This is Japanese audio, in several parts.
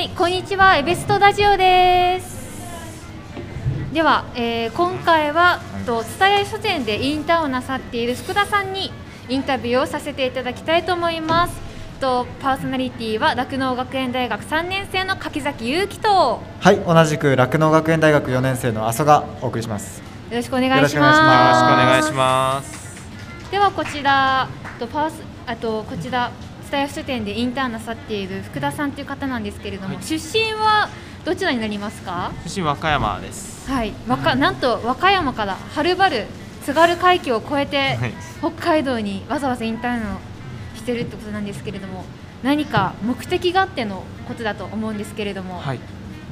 、こんにちは、エベストラジオです。では、今回は蔦屋書店でインターンをなさっている福田さんにインタビューをさせていただきたいと思います。パーソナリティは酪農学園大学3年生の柿崎優希と、 はい、同じく酪農学園大学4年生の阿蘇がお送りします。 よろしくお願いします。 よろしくお願いします。 ではこちらこちら蔦屋書店でインターンなさっている福田さんという方なんですけれども、はい、出身はどちらになりますか？ 出身和歌山です。 はい、なんと和歌山からはるばる津軽海峡を越えて、はい、北海道にわざわざインターンをしてるってことなんですけれども、何か目的があってのことだと思うんですけれども。 はい、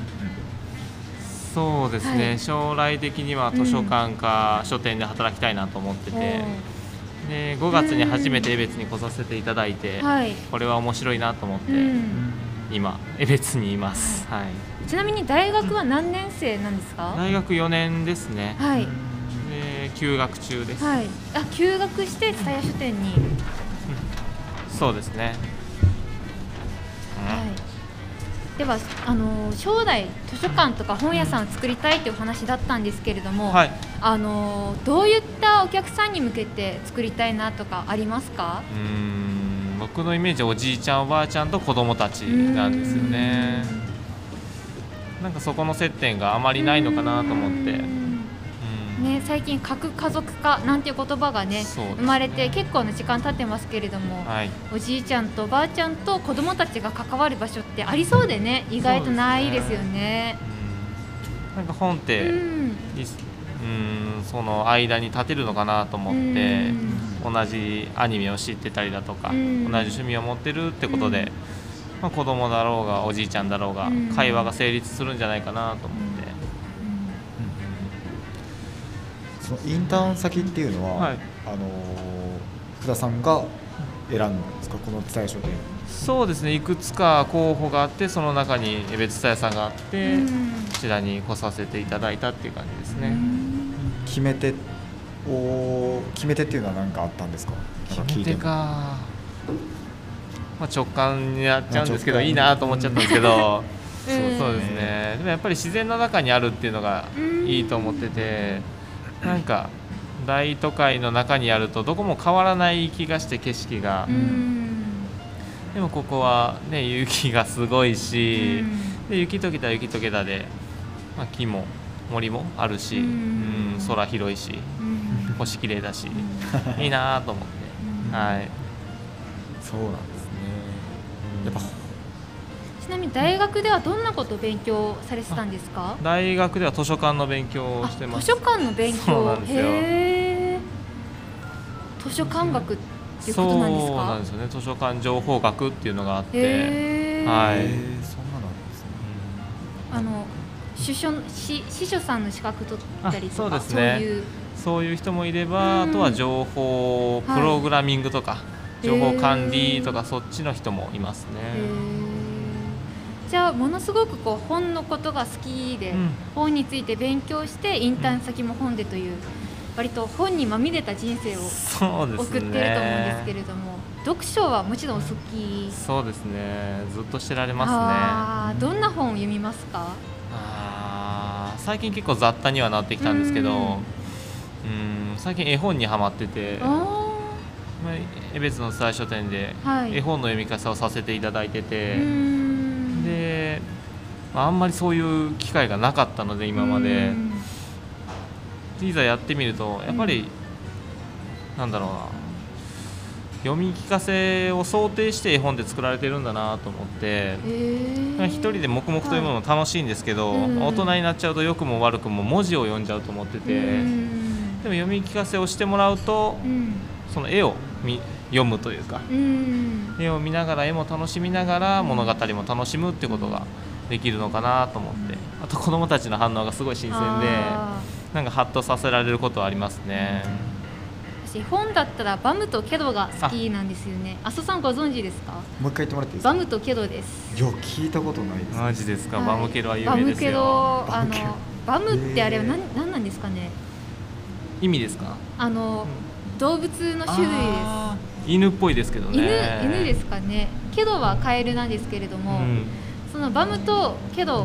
そうですね、はい、将来的には図書館か書店で働きたいなと思ってて、で5月に初めて江別に来させていただいて、これは面白いなと思って、今江別にいます。はい、 ちなみに大学は何年生なんですか？ 大学4年ですね。 はい、 で休学中です。 はい、休学して蔦屋書店に。 そうですね。 はい、では将来図書館とか本屋さんを作りたいという話だったんですけれども、はい、どういったお客さんに向けて作りたいなとかありますか？ 僕のイメージはおじいちゃんおばあちゃんと子供たちなんですよね。なんかそこの接点があまりないのかなと思って。 ね、最近核家族化なんていう言葉がね、生まれて結構な時間経ってますけれども、はい、おじいちゃんとおばあちゃんと子どもたちが関わる場所ってありそうでね、意外とないですよね。 なんか本って、その間に立てるのかなと思って、同じアニメを知ってたりだとか、同じ趣味を持ってるってことで、子供だろうがおじいちゃんだろうが、会話が成立するんじゃないかなと思って。 そのインターン先っていうのは、はい、福田さんが選んだんですか、この蔦屋書店？ そうですね、いくつか候補があって、その中に江別蔦屋さんがあって、こちらに来させていただいたっていう感じですね。 決め手っていうのは何かあったんですか？ 決め手か、直感になっちゃうんですけど、いいなと思っちゃったんですけど、そうですね。でもやっぱり自然の中にあるっていうのがいいと思ってて、なんか大都会の中にあるとどこも変わらない気がして、景色が。でもここはね、雪がすごいし、で雪解けた雪解けたで、木も森もあるし、空広いし、星綺麗だし、いいなと思って。はい、 そうなんですね。やっぱちなみに大学ではどんなことを勉強されてたんですか？ 大学では図書館の勉強をしてます。 図書館の勉強。 そうなんですよ。 図書館学っていうことなんですか？ そうなんですよね。図書館情報学っていうのがあって、はい。 そんなのあるんですね。司書さんの資格取ったりとか、 そうですね。そういう人もいれば、あとは情報プログラミングとか、情報管理とか、そっちの人もいますね。 じゃあものすごく本のことが好きで、本について勉強してインターン先も本でという、割と本にまみれた人生を送っていると思うんですけれども、読書はもちろんお好き？ そうですね、ずっとしてられますね。 どんな本を読みますか？ 最近結構雑多にはなってきたんですけど、最近絵本にはまってて、江別の蔦屋書店で絵本の読み聞かせをさせていただいてて、であんまりそういう機会がなかったので今まで、いざやってみるとやっぱり、なんだろうな、読み聞かせを想定して絵本で作られてるんだなと思って、一人で黙々と読むのも楽しいんですけど、大人になっちゃうと良くも悪くも文字を読んじゃうと思ってて、でも読み聞かせをしてもらうと、その絵を読むというか、絵を見ながら絵も楽しみながら物語も楽しむってことができるのかなと思って、あと子どもたちの反応がすごい新鮮で、なんかハッとさせられることはありますね。 私本だったらバムとケドが好きなんですよね。阿蘇さんご存知ですか？ もう一回言ってもらっていいですか？ バムとケドです。 いや、聞いたことないです。 マジですか？バムケドは有名ですよ。 バムってあれは何なんですかね？ 意味ですか？ 動物の種類です。 犬っぽいですけどね。 犬ですかね。ケドはカエルなんですけれども、 そのバムとけど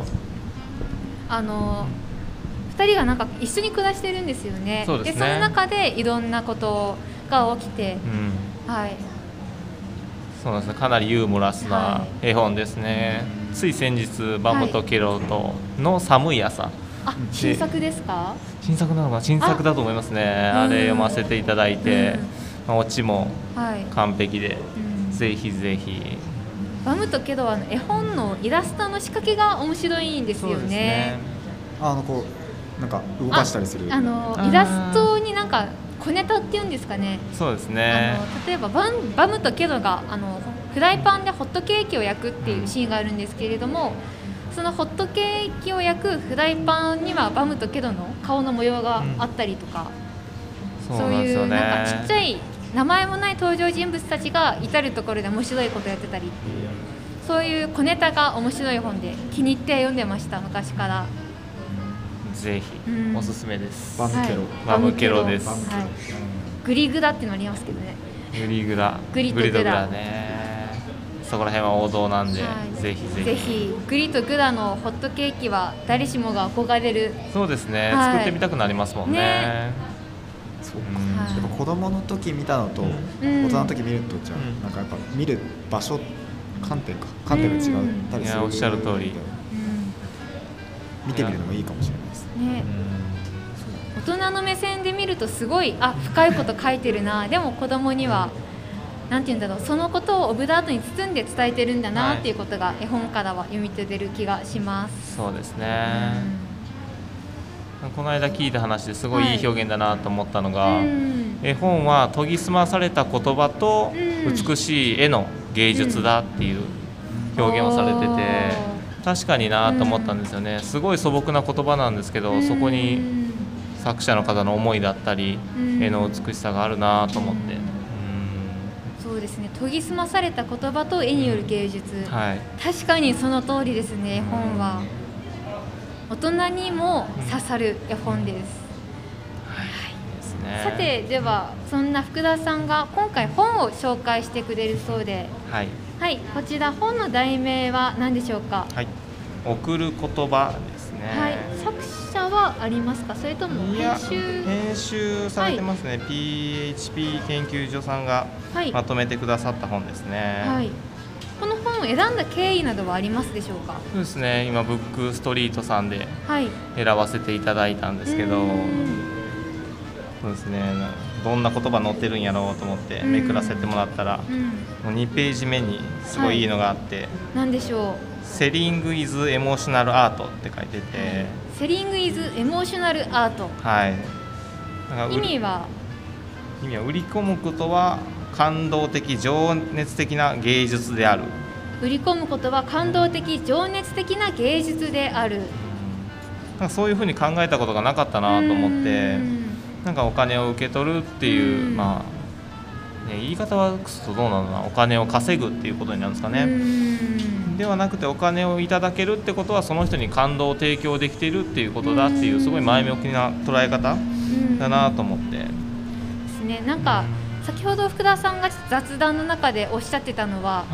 2人がなんか一緒に暮らしてるんですよね。 そうですね。 でその中でいろんなことが起きて、はい、 そうなんですね。かなりユーモラスな絵本ですね。つい先日バムとケロとの寒い朝、 新作ですか？ 新作なのかな、新作だと思いますね。あれ読ませていただいて、オチも完璧で、ぜひぜひ。 バムとケロは絵本のイラストの仕掛けが面白いんですよね。 こうなんか動かしたりする。 イラストになんか小ネタっていうんですかね。 そうですね。 例えばバムとケロがフライパンでホットケーキを焼くっていうシーンがあるんですけれども、そのホットケーキを焼くフライパンにはバムとケロの顔の模様があったりとか、そういうなんかちっちゃい名前もない登場人物たちが至る所で面白いことやってたりっていう、そういう小ネタが面白い本で気に入って読んでました、昔から。 ぜひおすすめです。 バムケロ、 バムケロです。 グリグダっていうのありますけどね。 グリグダ、グリとグダね。そこら辺は王道なんで、ぜひぜひ。 ぜひグリとグダのホットケーキは誰しもが憧れる。 そうですね。作ってみたくなりますもんね。 そうか。やっぱ子供の時見たのと大人の時見るとなんかやっぱ見る場所観点が違ったりする。 おっしゃる通り。 見てみるのもいいかもしれないですね。 大人の目線で見るとすごい深いこと書いてるな、でも子供にはなんていうんだろう、そのことをオブラートに包んで伝えてるんだなっていうことが絵本からは読み取れる気がします。 そうですね。この間聞いた話ですごいいい表現だなと思ったのが、絵本は研ぎ澄まされた言葉と美しい絵の芸術だっていう表現をされてて、確かになと思ったんですよね。すごい素朴な言葉なんですけど、そこに作者の方の思いだったり絵の美しさがあるなと思って。 そうですね、研ぎ澄まされた言葉と絵による芸術、確かにその通りですね。絵本は大人にも刺さる絵本です。さて、ではそんな福田さんが今回本を紹介してくれるそうで、こちら本の題名は何でしょうか？ 贈る言葉ですね。 作者はありますか？それとも編集されてますね。PHP 研究所さんがまとめてくださった本ですね。 この本を選んだ経緯などはありますでしょうか？ そうですね、今ブックストリートさんで選ばせていただいたんですけど、そうですね、どんな言葉載ってるんやろうと思ってめくらせてもらったら、もう2ページ目にすごいいいのがあって、 何でしょう？ セリングイズエモーショナルアートって書いてて、 セリングイズエモーショナルアート、意味は売り込むことは感動的情熱的な芸術である。 売り込むことは感動的情熱的な芸術である。 なんかそういうふうに考えたことがなかったなと思って、なんかお金を受け取るっていう、言い方はどうなのかな、お金を稼ぐっていうことになるんですかね。ではなくて、お金をいただけるってことはその人に感動を提供できているっていうことだっていう、すごい前向きな捉え方だなと思ってですね。なんか先ほど福田さんが雑談の中でおっしゃってたのは、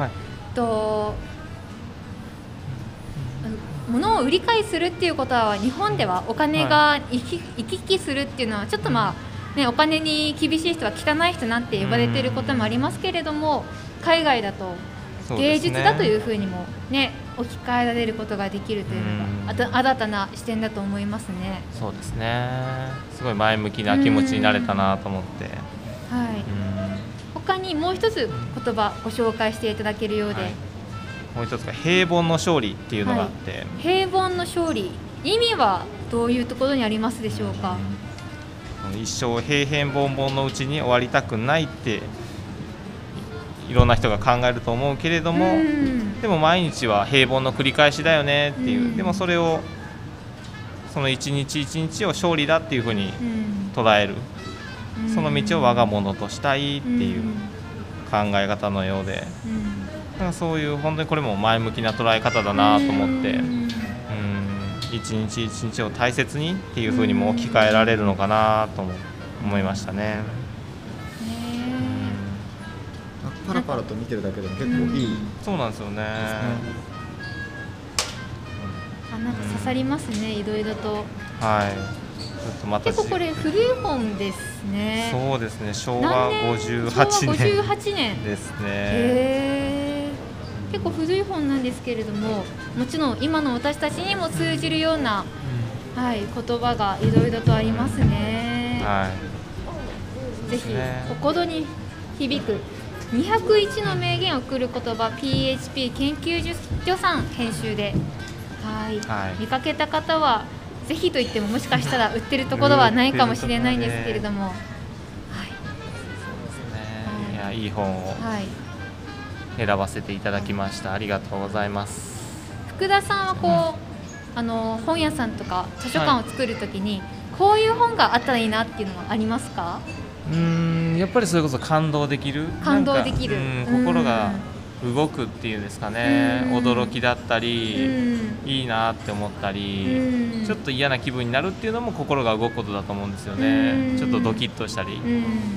物を売り買いするっていうことは日本ではお金が行き来するっていうのはちょっとお金に厳しい人は汚い人なんて呼ばれていることもありますけれども、海外だと芸術だというふうにも置き換えられることができるというのが新たな視点だと思いますね。 そうですね、すごい前向きな気持ちになれたなと思って、 他にもう一つ言葉ご紹介していただけるようで、 もう一つが平凡の勝利っていうのがあって、 平凡の勝利、意味はどういうところにありますでしょうか？ 一生平々凡々のうちに終わりたくないっていろんな人が考えると思うけれども、でも毎日は平凡の繰り返しだよねっていう、でもそれをその一日一日を勝利だっていうふうに捉える、その道を我が物としたいっていう考え方のようで、なんかそういう本当にこれも前向きな捉え方だなと思って、一日一日を大切にっていうふうにも置き換えられるのかなと思いましたね。 パラパラと見てるだけでも結構いい、 そうなんですよね。 なんか刺さりますね、いろいろと。 はい。ちょっとまた結構これ古い本ですね。 そうですね。昭和58年ですね。 結構古い本なんですけれども、もちろん今の私たちにも通じるような、はい、言葉がいろいろとありますね。 はい。 ぜひ心に響く201の名言を送る言葉 PHP 研究所さん編集で、はい、見かけた方はぜひと言ってももしかしたら売ってるところはないかもしれないんですけれども、はい、 そうですね。いや、いい本を選ばせていただきました。ありがとうございます。 福田さんはこう、本屋さんとか図書館を作るときに、こういう本があったらいいなっていうのはありますか？ やっぱりそれこそ感動できる、心が動くっていうんですかね、驚きだったり、いいなって思ったり、ちょっと嫌な気分になるっていうのも心が動くことだと思うんですよね。ちょっとドキッとしたり、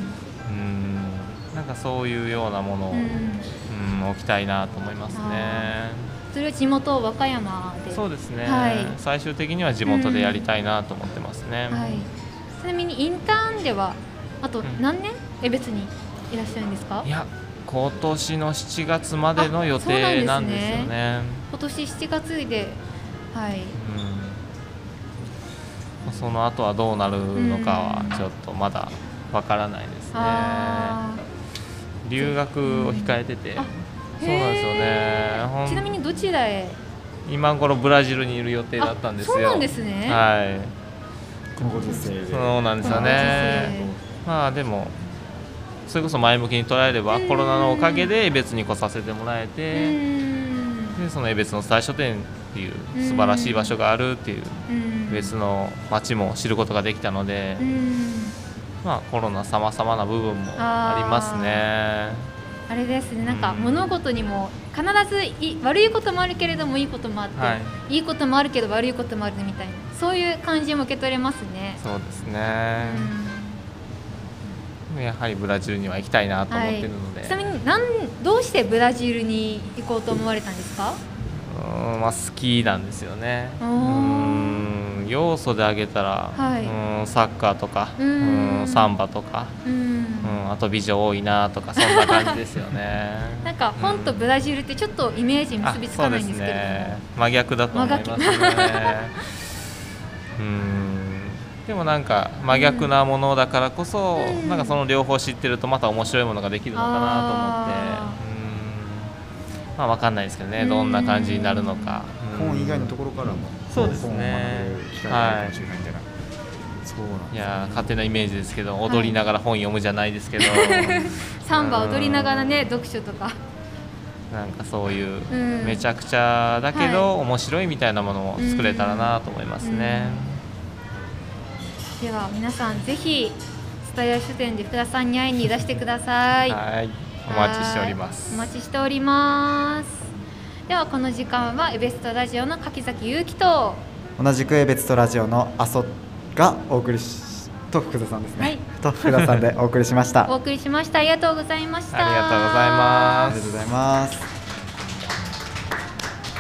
なんかそういうようなものを、置きたいなと思いますね。 それは地元和歌山で。 そうですね、最終的には地元でやりたいなと思ってますね。 ちなみにインターンではあと何年江別にいらっしゃるんですか？ いや、今年の7月までの予定なんですよね。 今年7月で、はい。 その後はどうなるのかはちょっとまだわからないですね。留学を控えてて、そうなんですよね。 ちなみにどちらへ？ 今頃ブラジルにいる予定だったんですよ。 そうなんですね。 はい。 このご時世で。 そうなんですよね。まあでもそれこそ前向きに捉えれば、コロナのおかげで江別に来させてもらえて、でその江別の最書店っていう素晴らしい場所があるっていう別の街も知ることができたので、まあコロナ様々な部分もありますね。 あれですね、なんか物事にも必ず悪いこともあるけれどもいいこともあって、いいこともあるけど悪いこともあるみたいな、そういう感じも受け取れますね。 そうですね。やはりブラジルには行きたいなと思ってるので。 ちなみにどうしてブラジルに行こうと思われたんですか？ まあ好きなんですよね。要素で挙げたら、サッカーとか、サンバとか、あと美女多いなとか、そんな感じですよね。 なんか本とブラジルってちょっとイメージ結びつかないんですけども、 真逆だと思いますね。でもなんか真逆なものだからこそ、なんかその両方知ってるとまた面白いものができるのかなと思って、まあ分かんないですけどね、どんな感じになるのか。 本以外のところからもそうですね。 機会があるかもしれないみたいな。 いや勝手なイメージですけど、踊りながら本読むじゃないですけど、 サンバ踊りながらね、読書とかなんかそういうめちゃくちゃだけど面白いみたいなものを作れたらなと思いますね。 では皆さんぜひ蔦屋書店で福田さんに会いにいらしてください。 はい、お待ちしております。 お待ちしております。ではこの時間はエベストラジオの柿崎優希と同じくエベストラジオの阿蘇がお送りと福田さんですね。と福田さんでお送りしました。 お送りしました。ありがとうございました。 ありがとうございます。 ありがとうございます。